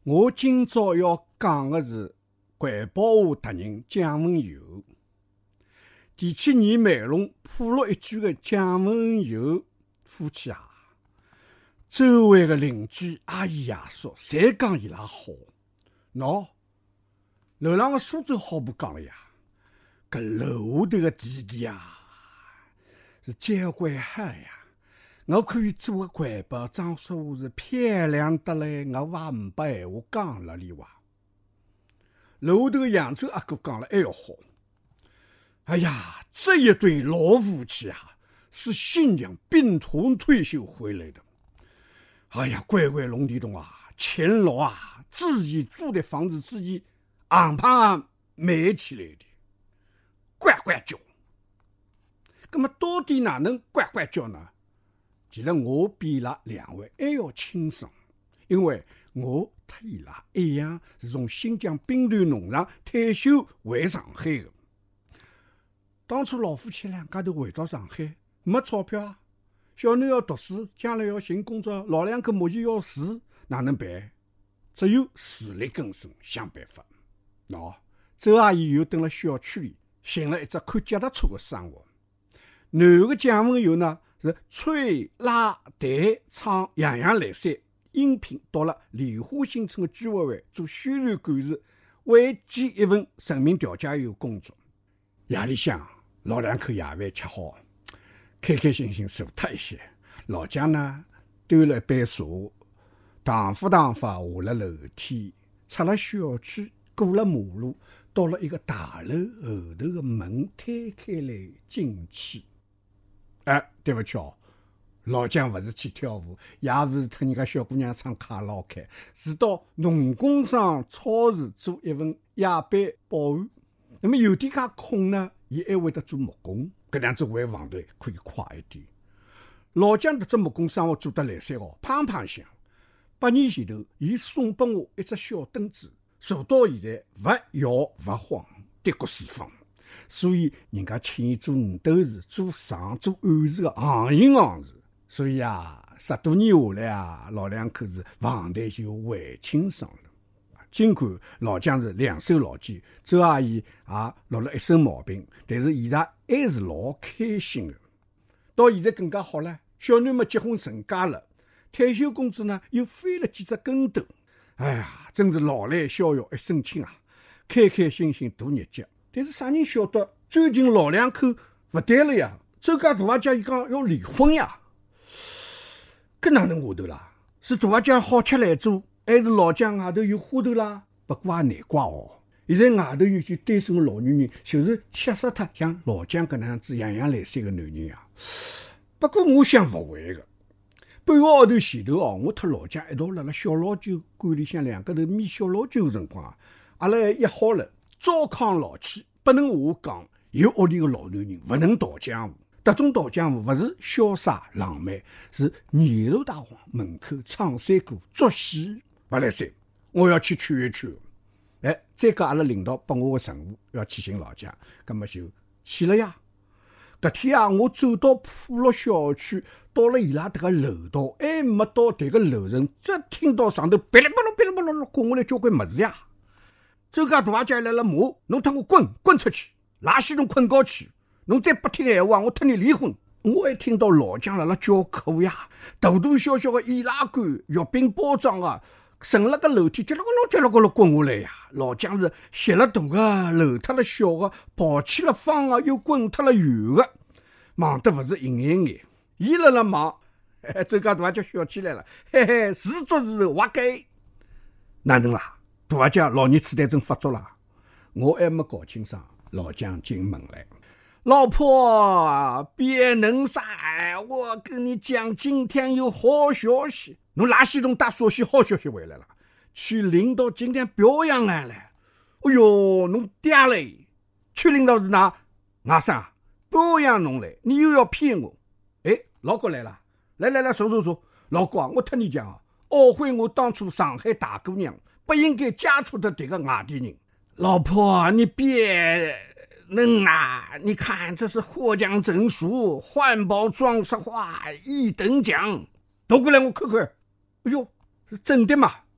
我今朝要讲的是环保下达人蒋文友。前几年梅陇破落一句的蒋文友夫妻啊，周围的邻居阿姨爷叔侪讲伊拉好。喏，楼上的苏州好不讲了呀，搿楼下头的弟弟啊，是结棍海呀！我可以做个环保装饰物是漂亮得来，我话500闲话讲了里哇。楼下头扬州阿哥讲了还要好。哎呀，这一对老夫妻啊，是新疆兵团退休回来的。哎呀，乖乖龙地洞啊，勤劳啊，自己住的房子自己硬胖买起来的，呱呱叫。那么到底哪能呱呱叫呢？其实我比伊拉两位还要轻松，因为我和伊拉一样是从新疆兵团农场退休回上海的。当初老夫妻两家头回到上海，没钞票啊，小囡要读书，将来要寻工作，老两口目前要住，哪能办？只有自力更生，想办法。周阿姨又蹲辣小区里寻了一只看脚踏车的生活。男的蒋文友呢，是吹拉弹唱样样来三，应聘到了莲花新村的居委会做宣传干事，为兼一份人民调解员工作。夜里向老两口夜饭吃好，开开心心坐脱一些。老蒋呢，端了一杯茶，打发下了楼梯，出了小区，过了马路，到了一个大楼后头的门，推开来进去。对不起哦，老蒋不是去跳舞，也不是替人家小姑娘唱卡拉 OK， 是到农工商超市做一份夜班保安。那么有点介空呢，伊还会得做木工，搿样子回房队可以快一点。老蒋这只木工生活做得来三哦，胖胖响。8年前头，伊送拨我一只小凳子，坐到现在勿摇勿晃，跌过四方。所以人家请伊做五斗士、做床、做案士的行行行市。所以啊，10多年下来啊，老两口是房队就还清爽了。尽管老蒋是2手老茧，周阿姨也落了1身毛病，但是伊拉还是老开心的。到现在更加好了，小囡们结婚成家了，退休工资呢又翻了几只跟头。哎呀，真是老来逍遥一身轻啊，开开心心度日脚。但是啥人晓得最近老两口不对了呀，周家大阿姐伊讲要离婚呀。搿哪能下头啦？是大阿姐好吃懒做，还是老蒋外头有花头啦？不过也难怪哦，现在外头有句单身的老女人，就是吓死他像老蒋搿能样子样样来三个男人呀。不过我想勿会的。半个号头前头哦，我和老蒋一道辣辣小老酒馆里向两个头眯小老酒的辰光，阿拉约好了糟糠老气，不能下岗，有屋里的老男人不能倒江湖。这种倒江湖不是潇洒浪漫，是年如大王门口唱山歌作戏。不来三，我要去劝一劝。再讲阿拉领导拨我的任务要去寻老蒋，葛么就去了呀。搿天啊，我走到普洛小区，到了伊拉迭个楼道，还没到迭个楼层，只听到上头噼里啪啦噼里啪啦滚下来交关物事呀。周家大阿姐来了骂，侬替我滚出去，拉稀侬困觉去，侬再不听闲话，我替你离婚。我还听到老蒋辣辣叫苦呀，大大小小的易拉罐、月饼包装啊，顺了个楼梯，叽啦咕噜滚下来呀。老蒋是吸了大个，漏脱了小个，跑起了方个，又滚脱了圆个，忙得不是一眼眼。伊辣辣忙，周家大阿姐笑起来了，嘿嘿，是作是受，活该。哪能啦？大阿姐老年痴呆症发作了，我还没搞清爽。老蒋进门来，老婆，别能啥，我跟你讲，今天有好消息。侬拉稀东带所喜好消息回来了，区领导今天表扬俺了。哎哟，侬嗲嘞！区领导是哪外甥表扬侬嘞，你又要骗我？老哥来了，来，坐。老哥啊，我替你讲啊，懊悔我当初上海大姑娘。不应该接触的这个外地人。老婆，你别能啊！你看，这是获奖证书，环保装饰画1等奖，拿过来我看看。哎呦，是真的吗？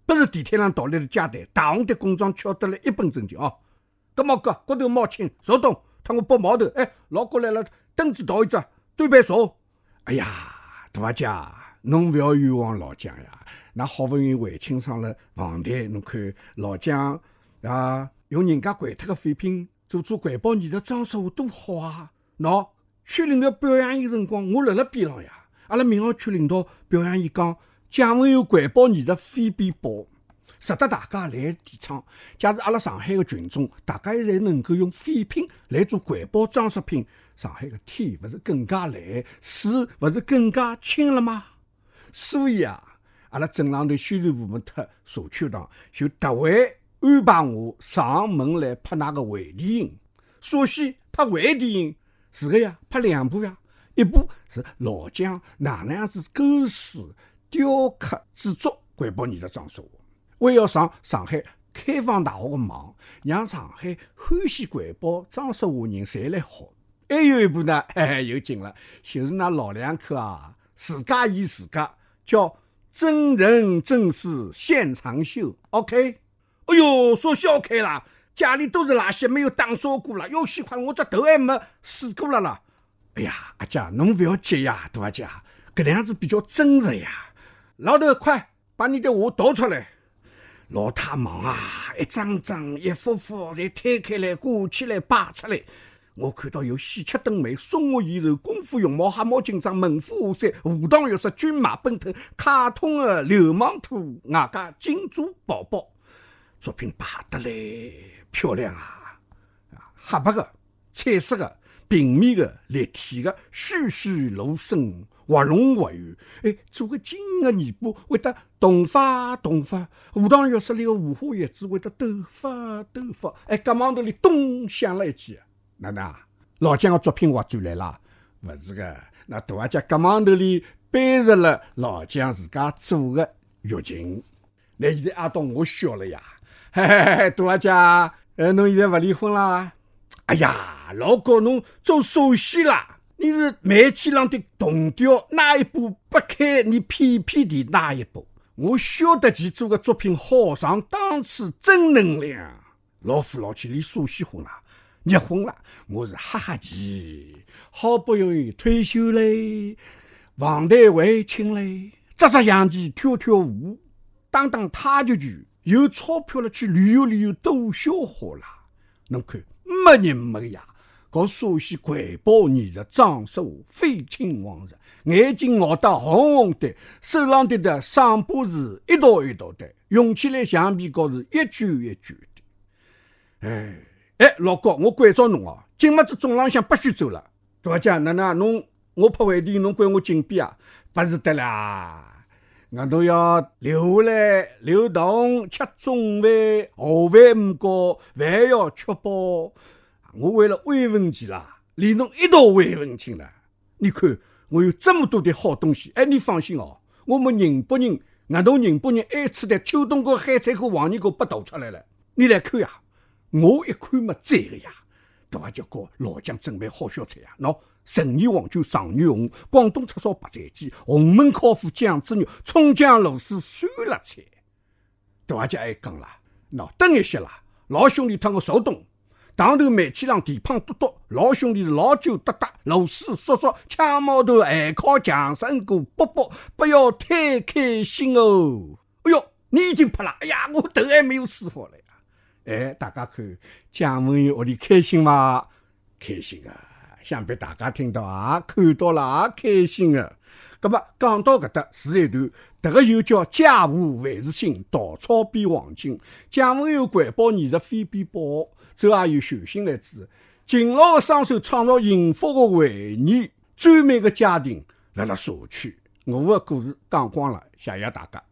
不是地铁上倒来的家单，大红的工装敲得来一本正经哦。搿么搿骨头冒青，坐动，他我拨毛头，老哥来了，凳子倒一只，端盘坐。哎呀，大阿姐，侬勿要冤枉老蒋呀！那好不容易回清爽了房台，侬看老蒋啊，用人家掼脱个废品做环保艺术装饰多好啊！喏，区领导表扬伊个辰光，我辣边浪呀。阿拉民航区领导表扬伊讲，蒋文有环保艺术非比宝，值得大家来提倡。假如阿拉上海个群众，大家侪能够用废品来做环保装饰品，上海个天勿是更加蓝，水勿是更加清了吗？所以啊，阿拉镇上头宣传部门特社区堂就特为安排我上门来拍那个回电影。首先拍回电影是个呀，拍2部呀，一部是老蒋哪能样子构思、雕刻、制作环保艺术装饰画，还要上上海开放大学的网，让上海欢喜环保装饰画人侪来学。还有一部呢，有劲了，就是那老两口啊，自家演自家，叫真人真事现场秀 OK。 哎呦，说是 OK 啦，家里都是垃圾，没有打扫过了，哟喜欢我这头还没洗过了啦。哎呀，阿姐侬不要急呀，大阿姐，搿样子比较真实呀。老头快把你的画导出来。老太忙啊，一张张一幅幅侪摊开来挂起来摆出来。我看到有喜鹊登梅、松花蚁柔、功夫熊猫、蛤蟆警长、猛虎下山、武当浴室、骏马奔腾、卡通的流氓兔、外加金珠宝宝，作品摆得来漂亮啊！黑白的、彩色的、平面的、立体的，栩栩如生，活龙活圆。做个金的尾巴会得动发动发，武当浴室里的荷花叶子会得抖发抖发。搿网头里咚响了一记。哪能老蒋的作品画转来啦？勿是个，那大阿姐搿网头里背着了老蒋自家做的浴巾。那现在压到我笑了呀！大阿姐，侬现在勿离婚啦？哎呀，老高侬做首席啦！你是煤气浪的铜雕，哪一步不开你屁屁的哪一步？我晓得其做的作品好上档次，正能量。老夫老妻离首席婚啦！结婚了，我是哈哈气，好不容易退休嘞，房贷还清嘞，扎扎洋气跳跳舞，打打太极拳，有钞票了去旅游多消耗啦。侬看没人没呀，搞首席环保艺术装饰画废寝忘食，眼睛熬得红红的，手上的上把是一道一道的，用起来橡皮膏是一卷一卷的。老高，我关照侬哦，今末子中浪向不许走了。大阿姐，哪能侬我拍回电，侬管我禁闭啊？不是的啦，我都要留下来流动，吃中饭，下饭唔高，饭要确保。我为了慰问钱啦，连侬一道慰问钱了。你看我有这么多的好东西，你放心哦，我们宁波人，俺都宁波人爱吃的秋冬瓜、海菜和黄泥锅不倒出来了，你来看呀。我一看嘛，醉了呀！大阿姐告老蒋准备好小菜呀，喏，陈年黄酒、上元红、广东赤烧白斩鸡、红焖烤麸、酱猪肉、葱姜螺丝、酸辣菜。大阿姐还讲啦，喏，等一些啦，老兄弟汤个手动，堂头煤气浪地胖嘟嘟，老兄弟是老酒搭搭，螺丝嗦嗦，枪毛头海烤强身骨，啵啵，不要太开心哦！哎哟，你已经拍了，哎呀，我头还没有梳好嘞。大家看蒋文友屋里开心吗？开心啊！想必大家听到啊，看到了也开心啊。那么讲到搿搭是一段，这个又叫家务万事兴，稻草变黄金。蒋文友环保艺术非比宝，这也有修行来之。勤劳的双手创造幸福的回忆，最美的家庭辣辣社区。我的故事讲光了，谢谢大家。